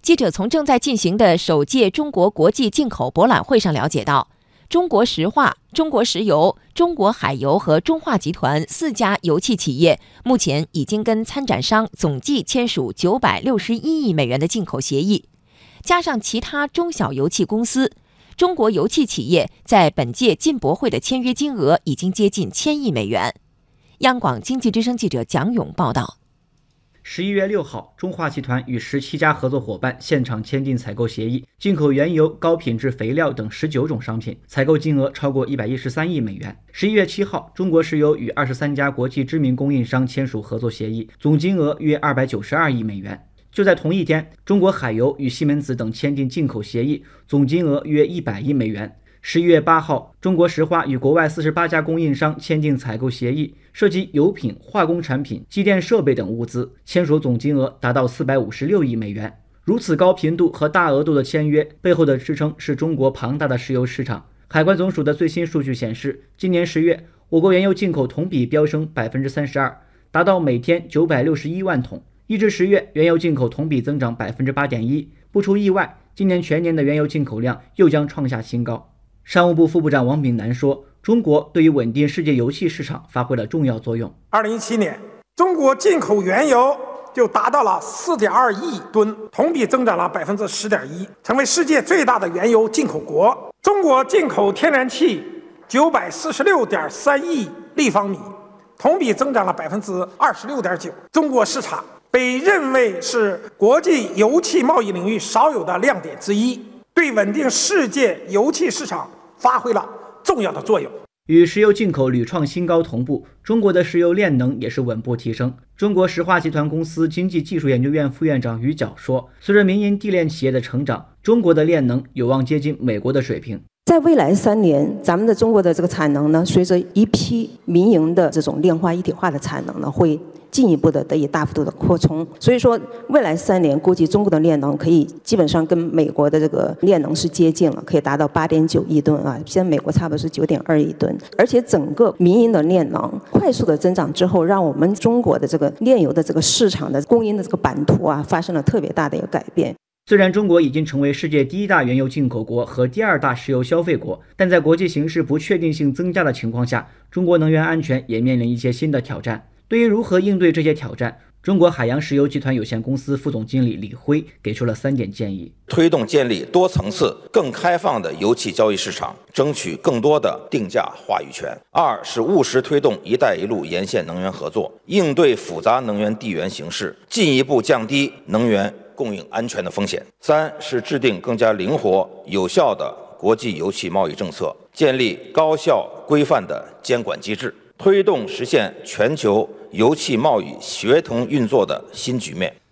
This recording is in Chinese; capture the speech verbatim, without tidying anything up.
记者从正在进行的首届中国国际进口博览会上了解到，中国石化、中国石油、中国海油和中化集团四家油气企业目前已经跟参展商总计签署九百六十一亿美元的进口协议，加上其他中小油气公司，中国油气企业在本届进博会的签约金额已经接近千亿美元。央广经济之声记者蒋勇报道。 十一月六号，中化集团与十七家合作伙伴现场签订采购协议，进口原油、高品质肥料等十九种商品，采购金额超过一百一十三亿美元。十一月七号，中国石油与二十三家国际知名供应商签署合作协议，总金额约二百九十二亿美元。就在同一天，中国海油与西门子等签订进口协议，总金额约一百亿美元。十一月八号，中国石化与国外四十八家供应商签订采购协议，涉及油品、化工产品、机电设备等物资，签署总金额达到四百五十六亿美元。如此高频度和大额度的签约，背后的支撑是中国庞大的石油市场。海关总署的最新数据显示，今年十月，我国原油进口同比飙升百分之三十二，达到每天九百六十一万桶。一至十月，原油进口同比增长百分之八点一，不出意外，今年全年的原油进口量又将创下新高。商务部副部长王炳南说，中国对于稳定世界油气市场发挥了重要作用。 二零一七年，中国进口原油就达到了 四点二亿吨，同比增长了 百分之十点一， 成为世界最大的原油进口国。中国进口天然气 九百四十六点三亿立方米，同比增长了 百分之二十六点九。 中国市场被认为是国际油气贸易领域少有的亮点之一，对稳定世界油气市场发挥了重要的作用。 与石油进口屡创新高同步，中国的石油炼能也是稳步提升。中国石化集团公司经济技术研究院副院长于角说，随着民营地炼企业的成长，中国的炼能有望接近美国的水平。 在未来三年，咱们的中国的这个产能呢，随着一批民营的这种炼化一体化的产能呢，会进一步的得以大幅度的扩充。所以说，未来三年估计中国的炼能可以基本上跟美国的这个炼能是接近了，可以达到八点九亿吨啊，现在美国差不多是九点二亿吨。而且整个民营的炼能快速的增长之后，让我们中国的这个炼油的这个市场的供应的这个版图啊，发生了特别大的一个改变。 虽然中国已经成为世界第一大原油进口国和第二大石油消费国，但在国际形势不确定性增加的情况下，中国能源安全也面临一些新的挑战。对于如何应对这些挑战，中国海洋石油集团有限公司副总经理李辉给出了三点建议： 推动建立多层次、更开放的油气交易市场，争取更多的定价话语权；二是务实推动“一带一路”沿线能源合作，应对复杂能源地缘形势，进一步降低能源供应安全的风险；三是制定更加灵活有效的国际油气贸易政策，建立高效规范的监管机制，推动实现全球油气贸易协同运作的新局面。